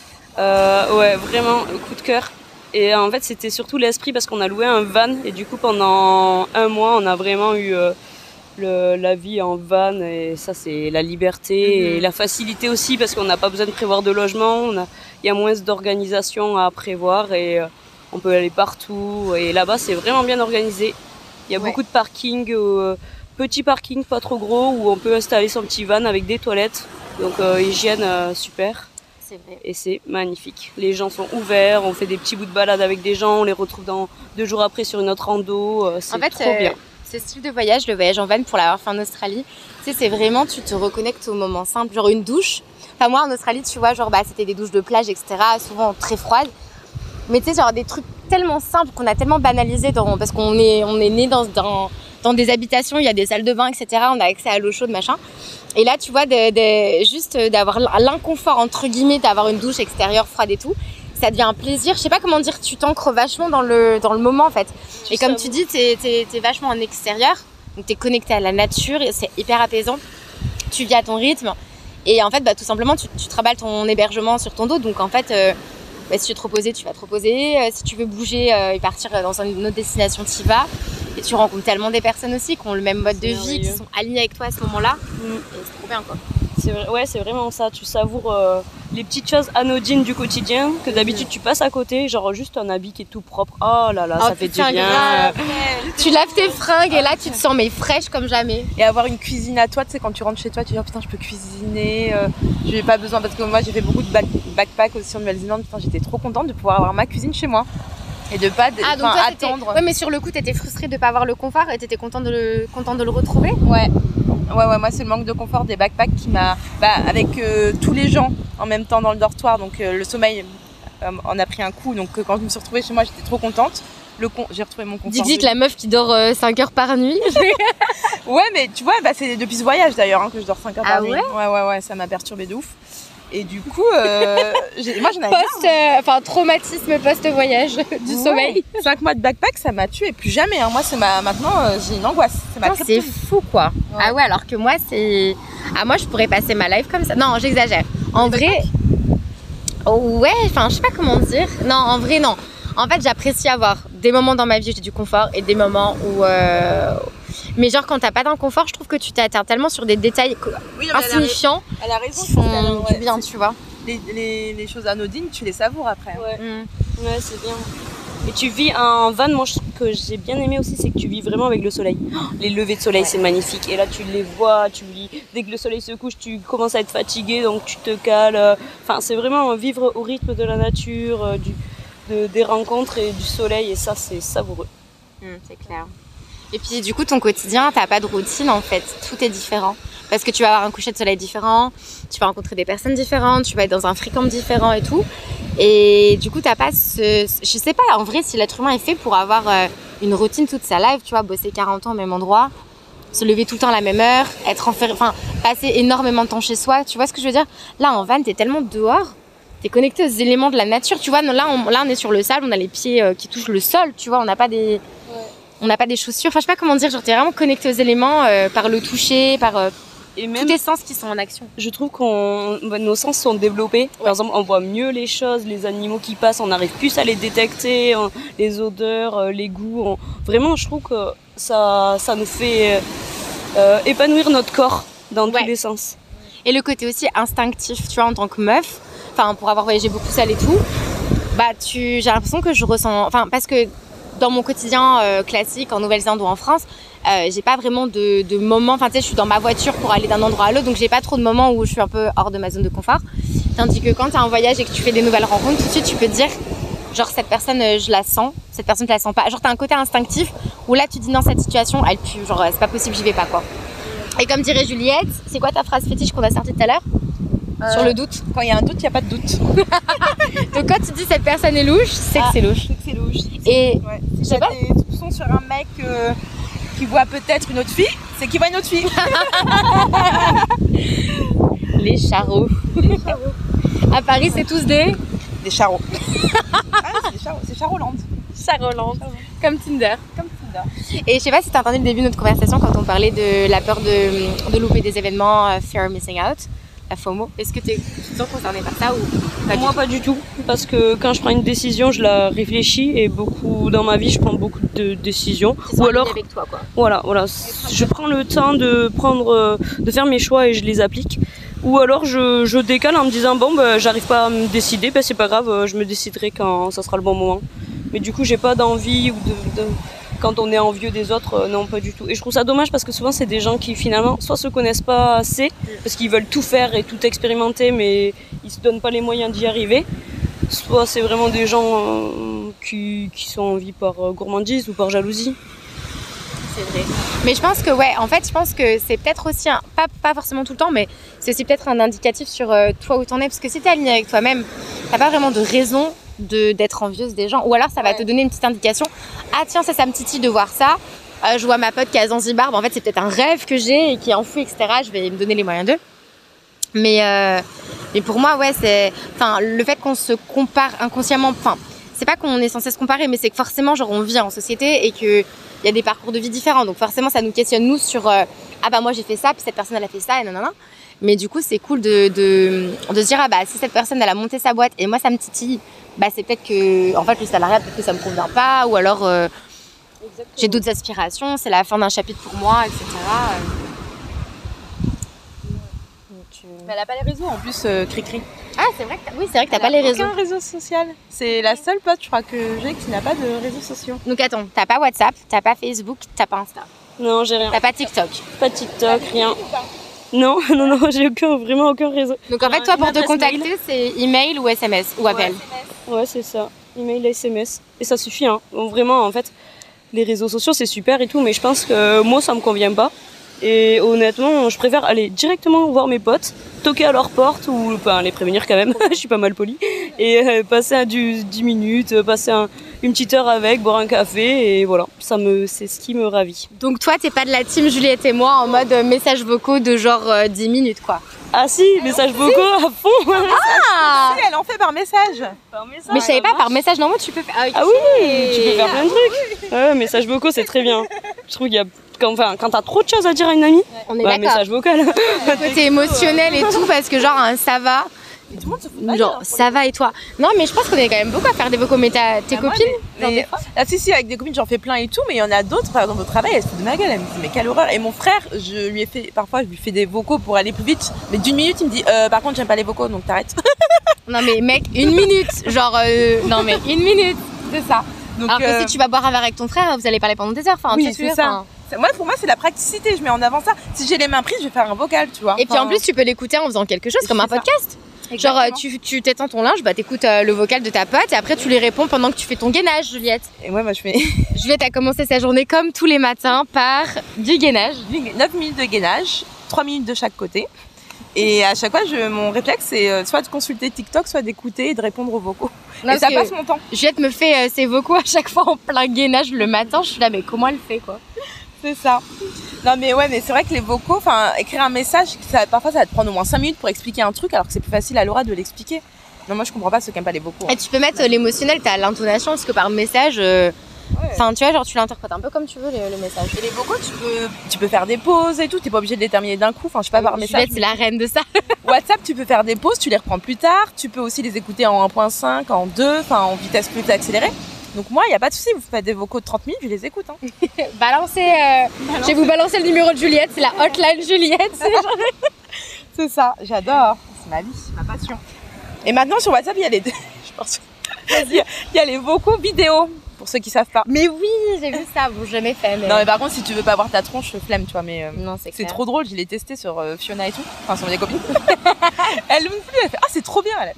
Euh, ouais, vraiment, coup de cœur. Et en fait, c'était surtout l'esprit parce qu'on a loué un van. Et du coup, pendant un mois, on a vraiment eu euh, le, la vie en van. Et ça, c'est la liberté mmh. et la facilité aussi parce qu'on n'a pas besoin de prévoir de logement. Il y a moins d'organisation à prévoir et euh, on peut aller partout. Et là-bas, c'est vraiment bien organisé. Il y a ouais. beaucoup de parking, euh, petits parkings pas trop gros où on peut installer son petit van avec des toilettes. Donc euh, hygiène euh, super. C'est vrai. Et c'est magnifique. Les gens sont ouverts, on fait des petits bouts de balade avec des gens, on les retrouve dans deux jours après sur une autre rando. Euh, c'est en fait, trop euh, bien. Ce style de voyage, le voyage en van pour l'avoir fait en Australie, tu sais, c'est vraiment, tu te reconnectes au moment simple, genre une douche. Enfin moi en Australie, tu vois, genre bah c'était des douches de plage, et cetera. Souvent très froides. Mais tu sais, genre des trucs tellement simples qu'on a tellement banalisé dans, parce qu'on est, on est né dans, dans, dans des habitations, il y a des salles de bain, et cetera. On a accès à l'eau chaude, machin. Et là, tu vois, de, de, juste d'avoir l'inconfort, entre guillemets, d'avoir une douche extérieure froide et tout, ça devient un plaisir. Je sais pas comment dire, tu t'ancres vachement dans le, dans le moment, en fait. Tu et comme tu dis, t'es, t'es, t'es vachement en extérieur, donc t'es connecté à la nature, et c'est hyper apaisant. Tu vis à ton rythme. Et en fait, bah, tout simplement, tu, tu travailles ton hébergement sur ton dos. Donc, en fait... Euh, Bah, si tu veux te reposer, tu vas te reposer. Euh, si tu veux bouger euh, et partir dans une autre destination, tu y vas. Et tu rencontres tellement des personnes aussi qui ont le même mode de vie, qui sont alignées avec toi à ce moment-là. Mmh. Et c'est trop bien, quoi. C'est vrai, ouais, c'est vraiment ça. Tu savoures euh, les petites choses anodines du quotidien que d'habitude mmh. tu passes à côté. Genre juste un habit qui est tout propre. Oh là là, oh, ça fait du bien. Grave. Tu laves tes fringues et là tu te sens mais fraîche comme jamais. Et avoir une cuisine à toi, tu sais, quand tu rentres chez toi, tu dis oh putain, je peux cuisiner. Euh, j'ai pas besoin parce que moi j'ai fait beaucoup de back- backpack aussi en Nouvelle-Zélande. Putain, j'étais trop contente de pouvoir avoir ma cuisine chez moi. Et de pas de, ah, donc toi, attendre. Ouais, mais sur le coup, t'étais frustrée de pas avoir le confort et t'étais contente de le, contente de le retrouver. Ouais. Ouais, ouais, moi c'est le manque de confort des backpacks qui m'a. Bah, avec euh, tous les gens en même temps dans le dortoir, donc euh, le sommeil euh, en a pris un coup. Donc euh, quand je me suis retrouvée chez moi, j'étais trop contente. Le con... J'ai retrouvé mon confort. Dites la meuf qui dort euh, cinq heures par nuit. Ouais, mais tu vois, bah, c'est depuis ce voyage d'ailleurs hein, que je dors cinq heures ah par ouais nuit. Ouais, ouais, ouais, ça m'a perturbée de ouf. Et du coup, euh, j'ai... moi j'en avais Post, euh, enfin traumatisme post-voyage du ouais. sommeil. cinq mois de backpack, ça m'a tué. Plus jamais. Hein. Moi, c'est ma... maintenant, euh, j'ai une angoisse. C'est, ma c'est fou, quoi. Ouais. Ah ouais, alors que moi, c'est. Ah, moi, je pourrais passer ma life comme ça. Non, j'exagère. En vrai. Oh, ouais, enfin, je sais pas comment dire. Non, en vrai, non. En fait, j'apprécie avoir des moments dans ma vie où j'ai du confort et des moments où. Euh... Mais genre quand t'as pas d'inconfort, je trouve que tu t'attardes tellement sur des détails oui, insignifiants elle a raison, qui font ouais, du bien, tu vois. Les, les, les choses anodines, tu les savoures après. Ouais, mmh. ouais c'est bien. Et tu vis un van, moi ce que j'ai bien aimé aussi, c'est que tu vis vraiment avec le soleil. Les levées de soleil, ouais. c'est magnifique. Et là tu les vois, tu vis. Dès que le soleil se couche, tu commences à être fatigué, donc tu te cales. Enfin, c'est vraiment vivre au rythme de la nature, du, de, des rencontres et du soleil, et ça c'est savoureux. Mmh, c'est clair. Et puis du coup ton quotidien, t'as pas de routine en fait, tout est différent. Parce que tu vas avoir un coucher de soleil différent, tu vas rencontrer des personnes différentes, tu vas être dans un free camp différent et tout. Et du coup, t'as pas ce... Je sais pas, en vrai, si l'être humain est fait pour avoir euh, une routine toute sa life, tu vois, bosser quarante ans au même endroit, se lever tout le temps à la même heure, être enfermé, enfin, passer énormément de temps chez soi, tu vois ce que je veux dire? Là, en van, t'es tellement dehors, t'es connecté aux éléments de la nature, tu vois. Là on, là, on est sur le sable, on a les pieds euh, qui touchent le sol, tu vois, on n'a pas des... Ouais. On n'a pas des chaussures, enfin, je sais pas comment dire, genre, t'es vraiment connecté aux éléments euh, par le toucher, par... Euh, Et même, tous tes sens qui sont en action. Je trouve que nos sens sont développés. Par ouais. exemple, on voit mieux les choses, les animaux qui passent, on arrive plus à les détecter, on, les odeurs, les goûts. On... Vraiment, je trouve que ça, ça nous fait euh, épanouir notre corps dans ouais. tous les sens. Et le côté aussi instinctif, tu vois, en tant que meuf, enfin, pour avoir voyagé beaucoup seule et tout, bah, tu, j'ai l'impression que je ressens... Enfin, parce que dans mon quotidien euh, classique, en Nouvelle-Zélande ou en France, Euh, j'ai pas vraiment de, de moments, enfin tu sais, je suis dans ma voiture pour aller d'un endroit à l'autre, donc j'ai pas trop de moments où je suis un peu hors de ma zone de confort. Tandis que quand t'es en voyage et que tu fais des nouvelles rencontres, tout de suite tu peux te dire, genre cette personne, je la sens, cette personne, tu la sens pas. Genre t'as un côté instinctif où là tu dis non, cette situation, elle pue, genre c'est pas possible, j'y vais pas quoi. Et comme dirait Juliette, c'est quoi ta phrase fétiche qu'on a sortie tout à l'heure euh, sur le doute? Quand il y a un doute, il y a pas de doute. Donc quand tu dis cette personne est louche, c'est ah, que c'est louche. C'est que c'est louche. Et ouais. Si j'ai des soupçons sur un mec euh, qui voit peut-être une autre fille, c'est qu'il voit une autre fille. Les charros. Les charros. À Paris, c'est tous des... Des charros. Ah, c'est des charros, c'est Charroland. Charroland. Comme Tinder. Comme Tinder. Et je sais pas si t'as entendu le début de notre conversation quand on parlait de la peur de, de louper des événements, uh, fear of missing out. La FOMO. Est-ce que tu es concerné par ça ou pas? Moi, pas du tout. Parce que quand je prends une décision, je la réfléchis et beaucoup dans ma vie, je prends beaucoup de décisions. Ou alors, avec toi, quoi. Voilà, voilà. Je prends le temps de prendre, de faire mes choix et je les applique. Ou alors je, je décale en me disant bon, bah, j'arrive pas à me décider, bah, c'est pas grave, je me déciderai quand ça sera le bon moment. Mais du coup, j'ai pas d'envie ou de, de quand on est envieux des autres, euh, non, pas du tout. Et je trouve ça dommage parce que souvent, c'est des gens qui finalement soit se connaissent pas assez, parce qu'ils veulent tout faire et tout expérimenter, mais ils se donnent pas les moyens d'y arriver. Soit c'est vraiment des gens euh, qui, qui sont enviés par euh, gourmandise ou par jalousie. C'est vrai. Mais je pense que, ouais, en fait, je pense que c'est peut-être aussi, un, pas, pas forcément tout le temps, mais c'est aussi peut-être un indicatif sur euh, toi où t'en es, parce que si t'es aligné avec toi-même, t'as pas vraiment de raison de d'être envieuse des gens, ou alors ça va ouais. te donner une petite indication. Ah tiens, ça, ça me titille de voir ça. Euh, je vois ma pote qui est à Zanzibar, bah, en fait c'est peut-être un rêve que j'ai et qui est enfoui, et cetera. Je vais me donner les moyens d'eux. Mais euh, mais pour moi, ouais, c'est, enfin, le fait qu'on se compare inconsciemment, enfin, c'est pas qu'on est censé se comparer, mais c'est que forcément, genre, on vit en société et que il y a des parcours de vie différents, donc forcément, ça nous questionne nous sur euh, ah bah moi j'ai fait ça, puis cette personne elle a fait ça, et nanana. Mais du coup, c'est cool de, de, de se dire, ah bah, si cette personne, elle a monté sa boîte et moi, ça me titille, bah, c'est peut-être que, en fait, le salariat, peut-être que ça me convient pas, ou alors, euh, j'ai d'autres aspirations, c'est la fin d'un chapitre pour moi, et cetera. Donc, euh... Mais elle a pas les réseaux, en plus, euh, cri-cri. Ah, c'est vrai que t'as, oui, c'est vrai que t'as pas les réseaux. Aucun réseau social. C'est la seule pote, je crois, que j'ai qui n'a pas de réseaux sociaux. Donc, attends, t'as pas WhatsApp, t'as pas Facebook, t'as pas Insta. Non, j'ai rien. T'as pas TikTok. Pas TikTok, rien. Non, non, non, j'ai aucun, vraiment aucun réseau. Donc en fait, toi, pour te contacter, mail. C'est email ou S M S ou appel? Ouais, ouais, c'est ça. Email et S M S. Et ça suffit, hein. Donc, vraiment, en fait, les réseaux sociaux, c'est super et tout, mais je pense que moi, ça me convient pas. Et honnêtement, je préfère aller directement voir mes potes, toquer à leur porte ou enfin, les prévenir quand même, je suis pas mal polie, et euh, passer un, du, dix minutes, passer un, une petite heure avec, boire un café, et voilà, ça me, c'est ce qui me ravit. Donc toi, t'es pas de la team Juliette et moi en mode euh, messages vocaux de genre euh, dix minutes quoi? Ah si, messages vocaux à fond. Ah, si, elle en fait par message. Par message. Mais je savais pas, par message, normalement tu peux faire... Ah, okay. Ah oui, tu peux faire plein de trucs. Ouais, messages vocaux, c'est très bien. Je trouve qu'il y a... Quand, enfin, quand t'as trop de choses à dire à une amie, on est bah, d'accord. Message vocal. Le côté émotionnel et tout, parce que genre, hein, ça va. Et tout le monde se fout genre, ça va et toi? Non, mais je pense qu'on est quand même beaucoup à faire des vocaux. Mais t'as tes bah copines moi, mais, mais, ah, si, si, avec des copines, j'en fais plein et tout, mais il y en a d'autres, par exemple, au travail, elles se foutent de ma gueule. Elle me dit, mais quelle horreur. Et mon frère, je lui ai fait, parfois, je lui fais des vocaux pour aller plus vite, mais d'une minute, il me dit, euh, par contre, j'aime pas les vocaux, donc t'arrêtes. Non, mais mec, une minute. Genre, euh, non, mais une minute, c'est ça. Donc, alors euh... que si tu vas boire un verre avec ton frère, vous allez parler pendant des heures. Enfin, oui, c'est ça. Moi, pour moi, c'est la praticité. Je mets en avant ça. Si j'ai les mains prises, je vais faire un vocal, tu vois. Et puis en plus, tu peux l'écouter en faisant quelque chose, comme un podcast. Genre, tu, tu t'étends ton linge, bah t'écoutes euh, le vocal de ta pote et après tu lui réponds pendant que tu fais ton gainage, Juliette. Et moi, bah, je fais. Juliette a commencé sa journée comme tous les matins par du gainage. neuf minutes de gainage. trois minutes de chaque côté. Et à chaque fois, je, mon réflexe, c'est euh, soit de consulter TikTok, soit d'écouter et de répondre aux vocaux. Non, et ça passe mon temps. Juliette me fait euh, ses vocaux à chaque fois en plein gainage le matin. Je suis là, mais comment elle fait, quoi? C'est ça. Non mais ouais, mais c'est vrai que les vocaux, enfin, écrire un message, ça, parfois ça va te prendre au moins cinq minutes pour expliquer un truc, alors que c'est plus facile à Laura de l'expliquer. Non, moi je comprends pas ceux qui aiment pas les vocaux. Hein. Et tu peux mettre euh, l'émotionnel, t'as l'intonation, parce que par message... Euh... Enfin, ouais. Tu vois, genre tu l'interprètes un peu comme tu veux le, le message. Et les vocaux, tu peux, tu peux faire des pauses et tout. T'es pas obligé de les terminer d'un coup. Enfin, je sais pas par message. Juliette, c'est la reine de ça. WhatsApp, tu peux faire des pauses, tu les reprends plus tard. Tu peux aussi les écouter en un point cinq, en deux, enfin en vitesse plus accélérée. Donc moi, il y a pas de souci. Vous faites des vocaux de trente minutes, je les écoute. Hein. Balancez. Euh... Je vais vous balancer le numéro de Juliette. C'est la hotline Juliette. C'est ça. J'adore. C'est ma vie, ma passion. Et maintenant sur WhatsApp, il y a les. je pense. Il y a les vocaux vidéo. Pour ceux qui savent pas. Mais oui, j'ai vu ça, bon, jamais fait. Mais... Non, mais par contre, si tu veux pas voir ta tronche, flemme, tu vois. Mais euh, non, c'est, c'est trop drôle, je l'ai testé sur euh, Fiona et tout, enfin sur mes copines. Elle me dit, elle fait, ah, c'est trop bien, elle.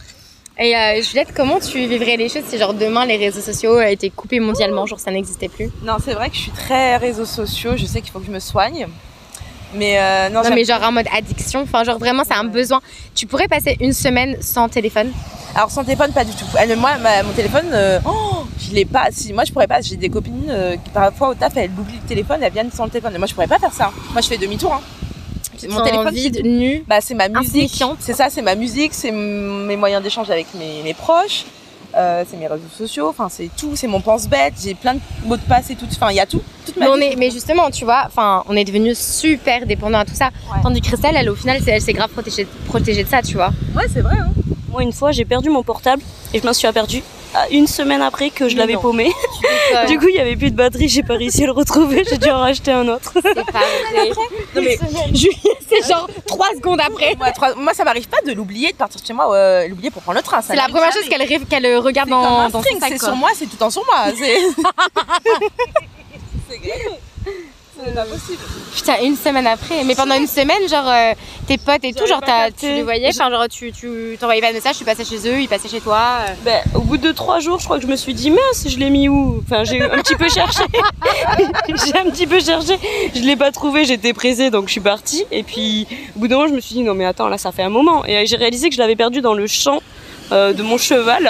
Et euh, Juliette, comment tu vivrais les choses si, genre, demain, les réseaux sociaux étaient coupés mondialement, genre, ça n'existait plus? Non, c'est vrai que je suis très réseaux sociaux, je sais qu'il faut que je me soigne. Mais euh, non, non mais genre en mode addiction, enfin, genre vraiment, c'est un besoin. Tu pourrais passer une semaine sans téléphone? Alors sans téléphone, pas du tout. Elle, moi, ma, mon téléphone, euh, oh, je l'ai pas. Si moi, je pourrais pas. J'ai des copines euh, qui parfois au taf, elles oublient le téléphone, elles viennent sans le téléphone. Et moi, je pourrais pas faire ça. Moi, je fais demi-tour. Hein. Mon téléphone vide, nu. Bah, c'est ma musique. C'est ça, c'est ma musique, c'est m- mes moyens d'échange avec mes, mes proches. Euh, c'est mes réseaux sociaux, enfin c'est tout, c'est mon pense-bête, j'ai plein de mots de passe et tout, enfin il y a tout, toute ma mais, vie. On est, mais justement, tu vois, enfin on est devenus super dépendants à tout ça. Ouais. Tandis que Christelle, elle au final, elle s'est grave protégée, protégée de ça, tu vois. Ouais, c'est vrai. Hein. Moi, une fois, j'ai perdu mon portable et je m'en suis aperçue une semaine après que je mais l'avais non. paumé. Du coup, il y avait plus de batterie, j'ai pas réussi à le retrouver, j'ai dû en racheter un autre. C'est pas vrai. Non mais c'est genre trois secondes après. Moi, trois... Moi, ça m'arrive pas de l'oublier, de partir de chez moi, euh, l'oublier pour prendre le train. Ça c'est la première chose qu'elle, ré... qu'elle regarde c'est dans, dans son sac. C'est quoi. Sur moi, c'est tout le temps sur moi. C'est, c'est grave. C'est pas possible. Putain, une semaine après. Mais pendant une semaine, genre, euh, tes potes et tout, genre, t'as, tu les voyais, enfin, genre, tu, tu t'envoyais pas de message, tu passais chez eux, ils passaient chez toi. Euh. Ben, au bout de trois jours, je crois que je me suis dit, mince, je l'ai mis où? Enfin, j'ai un petit peu cherché. j'ai un petit peu cherché. Je l'ai pas trouvé, j'étais pressée, donc je suis partie. Et puis, au bout d'un moment, je me suis dit, non, mais attends, là, ça fait un moment. Et j'ai réalisé que je l'avais perdu dans le champ euh, de mon cheval.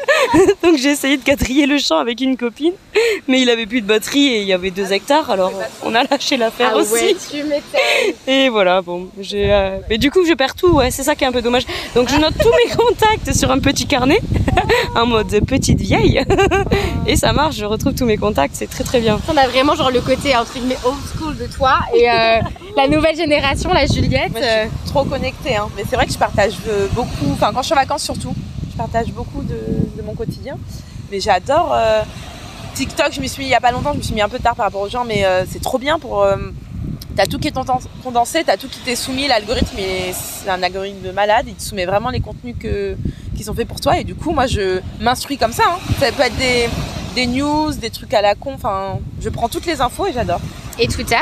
Donc j'ai essayé de quadriller le champ avec une copine, mais il avait plus de batterie et il y avait deux hectares, alors on a lâché l'affaire ah aussi. Ouais, tu m'étonnes. Et voilà, bon, j'ai. Euh... Mais du coup, je perds tout, ouais, c'est ça qui est un peu dommage. Donc je note tous mes contacts sur un petit carnet, en mode petite vieille, et ça marche. Je retrouve tous mes contacts, c'est très très bien. On a vraiment genre le côté entre guillemets old school de toi et euh, la nouvelle génération, la Juliette. Moi, je suis trop connectée, hein. Mais c'est vrai que je partage beaucoup, enfin quand je suis en vacances surtout. Je partage beaucoup de, de mon quotidien, mais j'adore euh, TikTok. Je m'y suis mis il y a pas longtemps, je me suis mis un peu tard par rapport aux gens, mais euh, c'est trop bien pour. Euh, t'as tout qui est condensé, t'as tout qui t'est soumis. L'algorithme, c'est un algorithme de malade. Il te soumet vraiment les contenus que, qui sont faits pour toi, et du coup, moi, je m'instruis comme ça. Hein. Ça peut être des, des news, des trucs à la con. Enfin, je prends toutes les infos et j'adore. Et Twitter?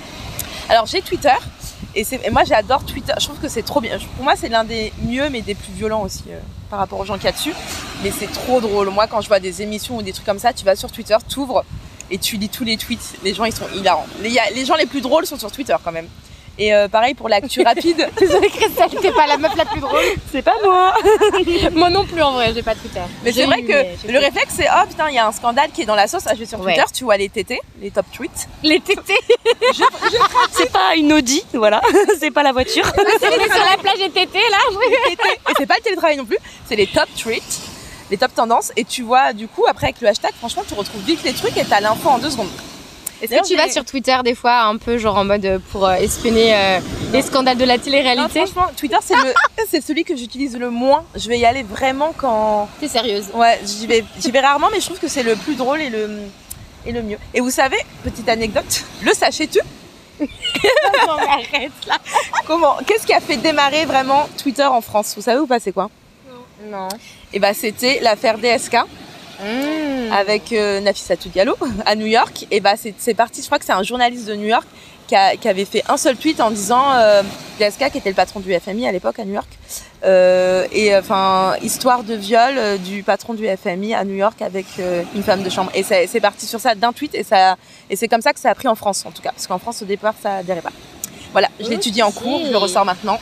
Alors j'ai Twitter. Et, c'est, et moi j'adore Twitter, je trouve que c'est trop bien. Pour moi c'est l'un des mieux mais des plus violents aussi euh, par rapport aux gens qu'il y a dessus. Mais c'est trop drôle. Moi quand je vois des émissions ou des trucs comme ça, tu vas sur Twitter, t'ouvres et tu lis tous les tweets. Les gens ils sont hilarants. Les, y a, les gens les plus drôles sont sur Twitter quand même. Et euh, pareil pour l'actu rapide. Désolée Christelle, t'es pas la meuf la plus drôle. C'est pas moi. Moi non plus en vrai, j'ai pas Twitter. Mais j'ai c'est vrai eu, que le réflexe c'est oh putain il y a un scandale qui est dans la sauce. Ah, je vais sur Twitter, ouais. Tu vois les T T, les top tweets. Les T T. je, je c'est pas une Audi, voilà. C'est pas la voiture. C'est sur la plage des T T là. Les T T. Et c'est pas le télétravail non plus. C'est les top tweets, les top tendances. Et tu vois du coup après avec le hashtag, franchement tu retrouves vite les trucs et t'as l'info en deux secondes. Est-ce que tu j'ai... vas sur Twitter des fois un peu genre en mode pour euh, espionner euh, les scandales de la télé-réalité? Non, franchement, Twitter c'est, le, c'est celui que j'utilise le moins. Je vais y aller vraiment quand... T'es sérieuse? Ouais, j'y vais, j'y vais rarement, mais je trouve que c'est le plus drôle et le, et le mieux. Et vous savez, petite anecdote, le sachais-tu? Non, arrête là. Comment? Qu'est-ce qui a fait démarrer vraiment Twitter en France? Vous savez ou pas c'est quoi? Non. Non. Et bah c'était l'affaire D S K. Mmh. Avec euh, Nafissatou Diallo à New York. Et bah c'est, c'est parti, je crois que c'est un journaliste de New York qui, a, qui avait fait un seul tweet en disant euh, D S K qui était le patron du F M I à l'époque à New York euh, et enfin histoire de viol euh, du patron du F M I à New York avec euh, une femme de chambre. Et c'est, c'est parti sur ça d'un tweet et, ça, et c'est comme ça que ça a pris en France en tout cas, parce qu'en France au départ ça adhérait pas. Voilà, je l'étudie en cours, je le ressors maintenant.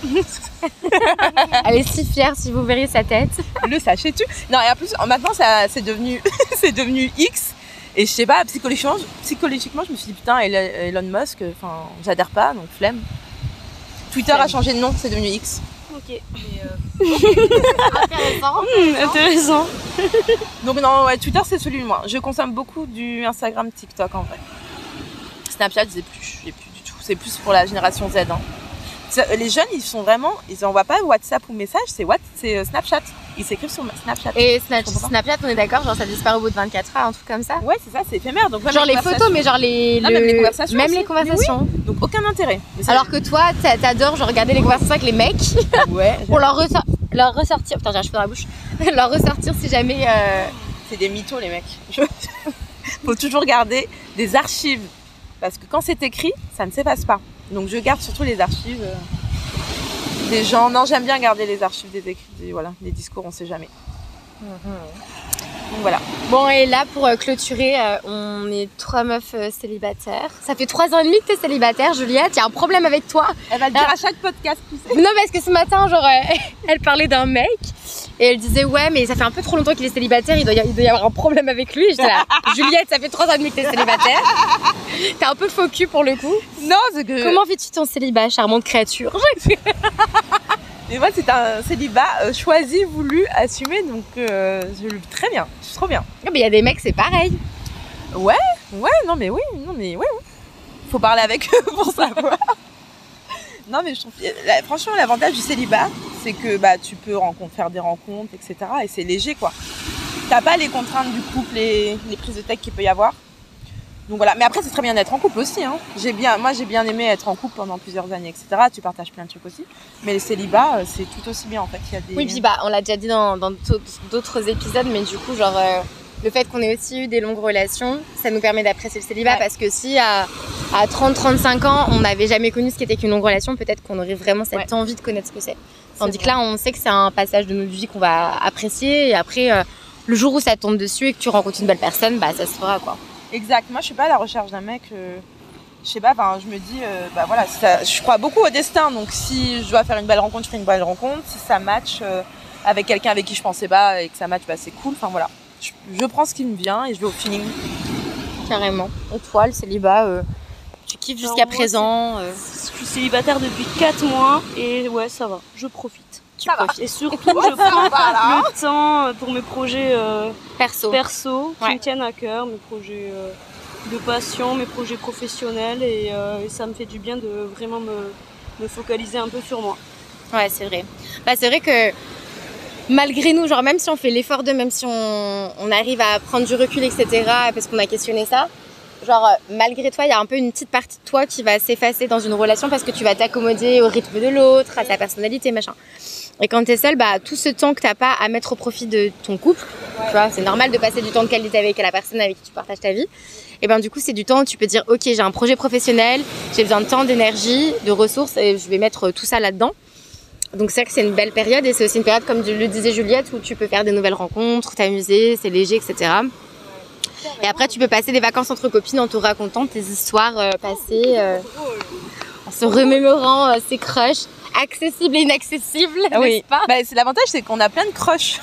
Elle est si fière si vous verriez sa tête. Le sachez-tu? Non, et en plus, maintenant, ça, c'est devenu, c'est devenu X. Et je sais pas, psychologiquement, psychologiquement, je me suis dit, putain, Elon Musk, enfin, j'adhère pas, donc flemme. Twitter flemme. A changé de nom, c'est devenu X. Ok. Et euh... intéressant. Mmh, intéressant. Donc non, ouais, Twitter, c'est celui de moi. Je consomme beaucoup du Instagram, TikTok, en vrai. Snapchat, je l'ai plus, je l'ai plus du tout. C'est plus pour la génération Z. Hein. Les jeunes, ils sont vraiment, ils n'envoient pas WhatsApp ou message, c'est what, c'est Snapchat. Ils s'écrivent sur Snapchat. Et Snapchat, Snapchat, on est d'accord, genre ça disparaît au bout de vingt-quatre heures, un truc comme ça. Ouais, c'est ça, c'est éphémère. Donc genre les photos, mais genre les, non, le... même les conversations. Même aussi. les conversations. Oui. Donc aucun intérêt. Ça, alors que toi, t'adores genre regarder les conversations avec les mecs. Ouais. Pour leur, ressor... leur ressortir. Putain, j'ai un cheveu dans la bouche. Leur ressortir si jamais. Euh... C'est des mythos les mecs. Faut toujours garder des archives parce que quand c'est écrit, ça ne s'efface pas. Donc je garde surtout les archives. Euh... Des gens, non, j'aime bien garder les archives des écrits, des, voilà, les discours, on sait jamais. Mm-hmm. Donc voilà. Bon, et là, pour euh, clôturer, euh, on est trois meufs euh, célibataires. Ça fait trois ans et demi que t'es célibataire, Juliette. Il y a un problème avec toi. Elle va le dire ah. à chaque podcast. Non, parce que ce matin, genre, euh, elle parlait d'un mec et elle disait ouais, mais ça fait un peu trop longtemps qu'il est célibataire. Il doit y, il doit y avoir un problème avec lui. J'étais là, Juliette, ça fait trois ans et demi que t'es célibataire. T'es un peu faux cul pour le coup. Non, c'est que. Comment vis-tu ton célibat, charmante créature? Mais moi, c'est un célibat euh, choisi, voulu, assumé, donc euh, je le vis très bien. Je suis trop bien. Ah, mais il y a des mecs, c'est pareil. Ouais, ouais, non, mais oui, non, mais ouais, ouais. Faut parler avec eux pour savoir. Non, mais je trouve, la, franchement, l'avantage du célibat, c'est que bah, tu peux rencontre, faire des rencontres, et cetera. Et c'est léger, quoi. T'as pas les contraintes du couple, les, les prises de tête qu'il peut y avoir. Donc voilà, mais après c'est très bien d'être en couple aussi. Hein. J'ai bien, moi j'ai bien aimé être en couple pendant plusieurs années, et cetera. Tu partages plein de trucs aussi. Mais le célibat, c'est tout aussi bien en fait. Il y a des... Oui, puis bah on l'a déjà dit dans, dans d'autres épisodes, mais du coup genre euh, le fait qu'on ait aussi eu des longues relations, ça nous permet d'apprécier le célibat ouais. Parce que si à, à trente à trente-cinq ans on n'avait jamais connu ce qu'était qu'une longue relation, peut-être qu'on aurait vraiment cette ouais. envie de connaître ce que c'est. Tandis que là on sait que c'est un passage de notre vie qu'on va apprécier et après euh, le jour où ça tombe dessus et que tu rencontres une belle personne, bah ça se fera quoi. Exact, moi je suis pas à la recherche d'un mec, euh, je sais pas, enfin je me dis, euh, bah voilà, ça, je crois beaucoup au destin, donc si je dois faire une belle rencontre, je fais une belle rencontre, si ça match euh, avec quelqu'un avec qui je pensais pas et que ça match, bah c'est cool, enfin voilà, je, je prends ce qui me vient et je vais au feeling. Carrément, et toi le célibat, euh, tu kiffes jusqu'à présent euh... Je suis célibataire depuis quatre mois et ouais ça va, je profite. Tu ça profites. Va. Et surtout, je prends le temps pour mes projets euh, perso, perso qui ouais. me tiennent à cœur, mes projets euh, de passion, mes projets professionnels et, euh, et ça me fait du bien de vraiment me, me focaliser un peu sur moi. Ouais, c'est vrai. Bah, c'est vrai que malgré nous, genre même si on fait l'effort de, même si on, on arrive à prendre du recul, et cetera, parce qu'on a questionné ça, genre malgré toi, il y a un peu une petite partie de toi qui va s'effacer dans une relation parce que tu vas t'accommoder au rythme de l'autre, à ta personnalité, machin. Et quand t'es seule, bah, tout ce temps que t'as pas à mettre au profit de ton couple, ouais. Tu vois, c'est normal de passer du temps de qualité avec la personne avec qui tu partages ta vie. Et ben du coup, c'est du temps où tu peux dire, ok, j'ai un projet professionnel, j'ai besoin de temps, d'énergie, de ressources, et je vais mettre tout ça là-dedans. Donc c'est vrai que c'est une belle période, et c'est aussi une période, comme le disait Juliette, où tu peux faire des nouvelles rencontres, t'amuser, c'est léger, et cetera. Et après, tu peux passer des vacances entre copines en te racontant tes histoires euh, passées, euh, en se remémorant euh, ses crushs. Accessible et inaccessible, ah oui. N'est-ce pas? Bah, c'est l'avantage, c'est qu'on a plein de crushs.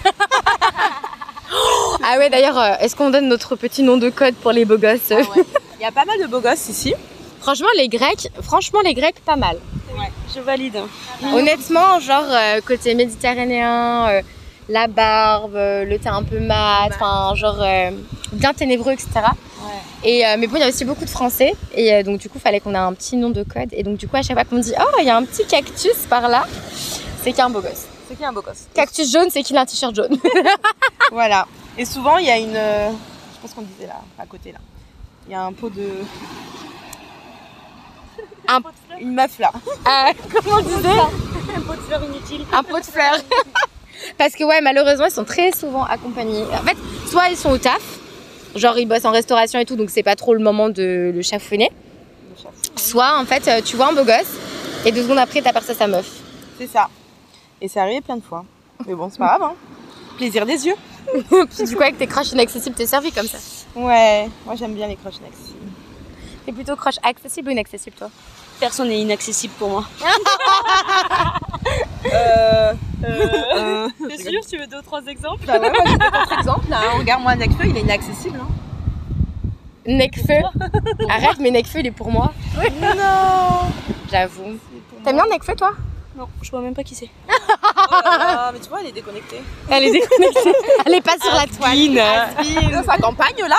Ah ouais, d'ailleurs, euh, est-ce qu'on donne notre petit nom de code pour les beaux gosses? Ah ouais. Il y a pas mal de beaux gosses ici. Franchement, les Grecs, franchement, les Grecs, pas mal. Ouais, je valide. Mmh. Honnêtement, genre euh, côté méditerranéen, euh, la barbe, euh, le teint un peu mat, enfin genre euh, bien ténébreux, et cetera. Ouais. Et, euh, mais bon, il y a aussi beaucoup de Français, et euh, donc du coup, il fallait qu'on ait un petit nom de code. Et donc du coup, à chaque fois qu'on me dit « Oh, il y a un petit cactus par là », c'est qu'il y a un beau gosse. C'est qu'il y a un beau gosse. Cactus jaune, c'est qu'il a un t-shirt jaune. Voilà. Et souvent, il y a une... Euh, je pense qu'on disait là, à côté là. Il y a un pot de... Un... Une meuf là. Euh, comment on disait? Un pot de fleurs inutile. Un pot de fleurs. Parce que ouais, malheureusement, ils sont très souvent accompagnés. En fait, soit ils sont au taf, genre ils bossent en restauration et tout, donc c'est pas trop le moment de le chafouiner. Le chafouiner. Soit en fait, tu vois un beau gosse et deux secondes après, t'aperçois sa meuf. C'est ça. Et c'est arrivé plein de fois. Mais bon, c'est pas grave, hein. Plaisir des yeux. Puis du coup, avec tes crushs inaccessibles, t'es servi comme ça. Ouais, moi j'aime bien les crushs inaccessibles. T'es plutôt crush accessible ou inaccessible, toi? Personne n'est inaccessible pour moi. Euh... Euh... T'es sûr, tu veux deux ou trois exemples? Bah ouais, moi j'ai d'autres exemples. Hein. Regarde-moi, Necfeu, il est inaccessible. Hein. Necfeu. Arrête, mais Necfeu, il est pour moi. Non. J'avoue. T'aimes bien Necfeu, toi? Non, je vois même pas qui c'est. Oh là là, mais tu vois, elle est déconnectée. Elle est déconnectée. Elle est pas sur la toile. Dans sa campagne là.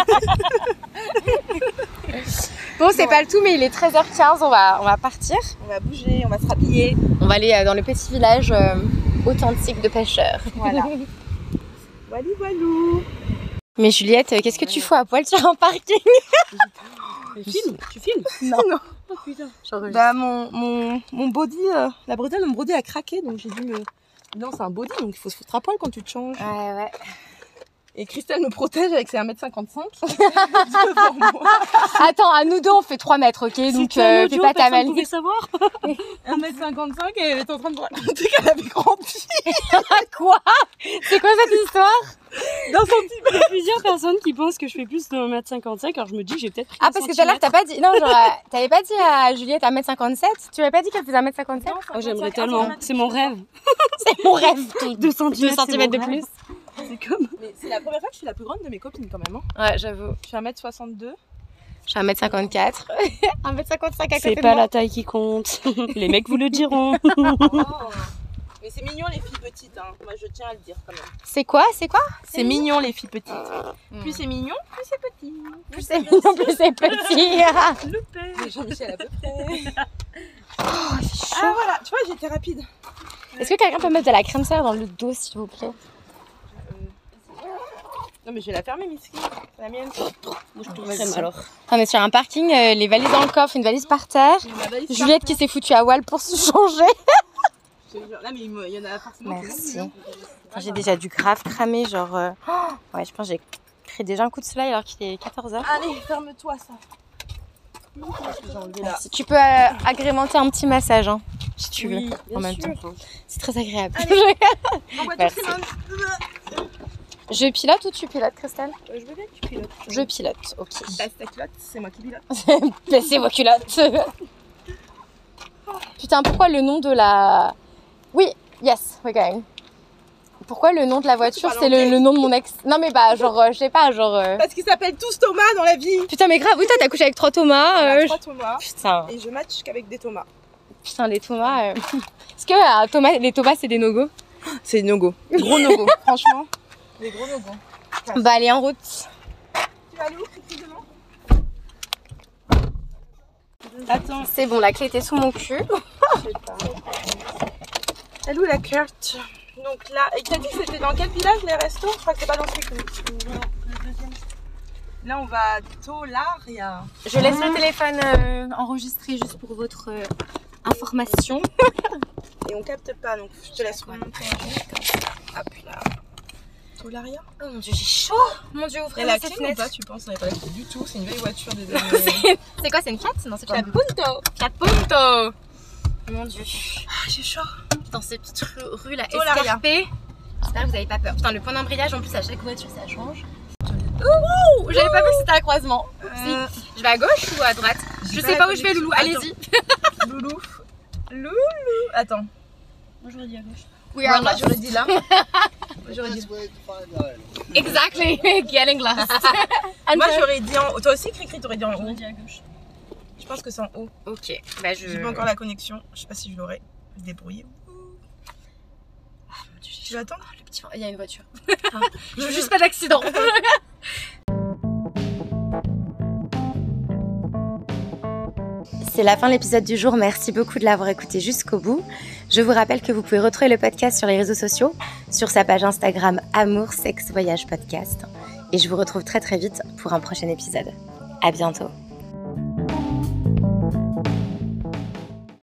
Bon, c'est pas le tout, mais il est treize heures quinze, on va, on va partir. On va bouger, on va se rhabiller. On va aller euh, dans le petit village euh, authentique de pêcheurs. Voilà. Walou walou. Mais Juliette, euh, qu'est-ce que tu fous à poil sur un parking? Tu filmes? Tu filmes? Non. non. Oh putain, bah mon, mon, mon body, euh, la bretelle de mon body a craqué, donc j'ai dû me... Non, c'est un body, donc il faut se foutre à poil quand tu te changes. Ouais, ouais. Et Christelle me protège avec ses un mètre cinquante-cinq. Attends, à nous deux, on fait trois mètres, ok? Donc, euh, fais pas ta malice. Vous pouvez savoir. un mètre cinquante-cinq et elle est en train de raconter qu'elle avait grandi. Quoi? C'est quoi cette histoire? Dans son petit... Il y a plusieurs personnes qui pensent que je fais plus de un mètre cinquante-cinq, alors je me dis j'ai peut-être pris Ah, parce que tout à l'heure, t'as pas dit... Non, genre, euh, t'avais pas dit à Juliette un mètre cinquante-sept? Tu m'avais pas dit qu'elle faisait un mètre cinquante-sept? Oh, j'aimerais tellement. C'est mon rêve. C'est mon rêve. deux centimètres centimètres de plus. C'est comme... Mais c'est la première fois que je suis la plus grande de mes copines quand même. Hein. Ouais, j'avoue. Je suis un mètre soixante-deux. Je suis un mètre cinquante-quatre. un mètre cinquante-cinq à côté C'est de pas moi. la taille qui compte. Les mecs vous le diront. Oh. Mais c'est mignon les filles petites, hein. Moi je tiens à le dire quand même. C'est quoi? C'est quoi? C'est mignon les filles petites. Mm. Plus c'est mignon, plus c'est petit. Plus c'est mignon, plus c'est petit. Le père. Jean-Michel à peu près. Oh, c'est chaud. Ah voilà, tu vois, j'étais rapide. Est-ce que quelqu'un peut mettre de la crème solaire dans le dos, s'il vous plaît? Non mais je vais la fermer, Misky. C'est la mienne. Moi je te crème alors. On est sur un parking, euh, les valises dans le coffre, une valise par terre. Juliette qui s'est foutue à Wall pour se changer. Là mais il y en a forcément. Merci. Enfin, j'ai déjà du grave cramer, genre... euh, oh, ouais, je pense que j'ai pris déjà un coup de soleil alors qu'il est quatorze heures. Allez, ferme-toi ça. Merci. Tu peux euh, agrémenter un petit massage, hein, si tu veux, Oui, en bien même sûr. temps. C'est très agréable. Envoie Merci. tout Je pilote ou tu pilotes, Christelle? Euh, je veux bien que tu pilotes. Je pilote, ok. Passe ta culotte, c'est moi qui pilote. Baissez vos culottes. Putain, pourquoi le nom de la... Oui, yes, we're going. Pourquoi le nom de la voiture, parles c'est le, anglais le nom de mon ex? Non mais bah, genre, euh, je sais pas, genre... euh, Parce qu'ils s'appellent tous Thomas dans la vie. Putain, mais grave, oui, toi, t'as couché avec trois Thomas. On a euh, trois Thomas. Putain, Et je match qu'avec des Thomas. putain, les Thomas... euh, Est-ce que euh, Thomas, les Thomas, c'est des no-go? C'est no-go. Gros no-go, franchement. Des gros no-go. Bah, allez, en route. Tu vas aller où, précisément? Attends, C'est bon, la clé était sous mon cul. je sais pas. Elle est où la carte? Donc là, et t'as dit que c'était dans quel village les restos? Je crois que c'est pas dans celui que... Non, le deuxième. Là on va à Tolaria. Je laisse le téléphone euh, enregistré juste pour votre euh, information. Et on capte pas, donc je te laisse remonter. Hop là. Tolaria. Oh mon dieu, j'ai chaud. Mon dieu, ouvrez Et la cette clé ou fenêtre. pas, tu penses? On n'avait pas la clé du tout, c'est une vieille voiture des années... C'est quoi, c'est une Fiat? Non, c'est pas La une Punto. Fiat Punto. Mon dieu. Ah, j'ai chaud. Dans ces petites rues, rues là, Tolaria. escarpées. J'espère que vous n'avez pas peur. Putain, le point d'embrayage, en plus, à chaque voiture, ça change. Ouh, j'avais pas vu que c'était un croisement. Euh, Si. Je vais à gauche ou à droite? Je pas sais la pas où je vais, connexion. Loulou. Attends. Allez-y. Loulou. Loulou. Attends. Moi j'aurais dit à gauche. We Ouais, are moi lost. j'aurais dit là. J'aurais dit. Exactly. Getting lost. Moi j'aurais dit en haut. Toi aussi, Cricri, t'aurais dit en haut. J'aurais dit à gauche. Je pense que c'est en haut. Ok. Bah, je. J'ai pas encore la connexion. Je sais pas si je l'aurai. Je vais débrouiller. Ah, mon dieu, j'ai Tu veux attendre? le petit... Il y a une voiture. Je veux juste pas d'accident. C'est la fin de l'épisode du jour. Merci beaucoup de l'avoir écouté jusqu'au bout. Je vous rappelle que vous pouvez retrouver le podcast sur les réseaux sociaux, sur sa page Instagram Amour, Sexe, Voyage Podcast. Et je vous retrouve très très vite pour un prochain épisode. À bientôt.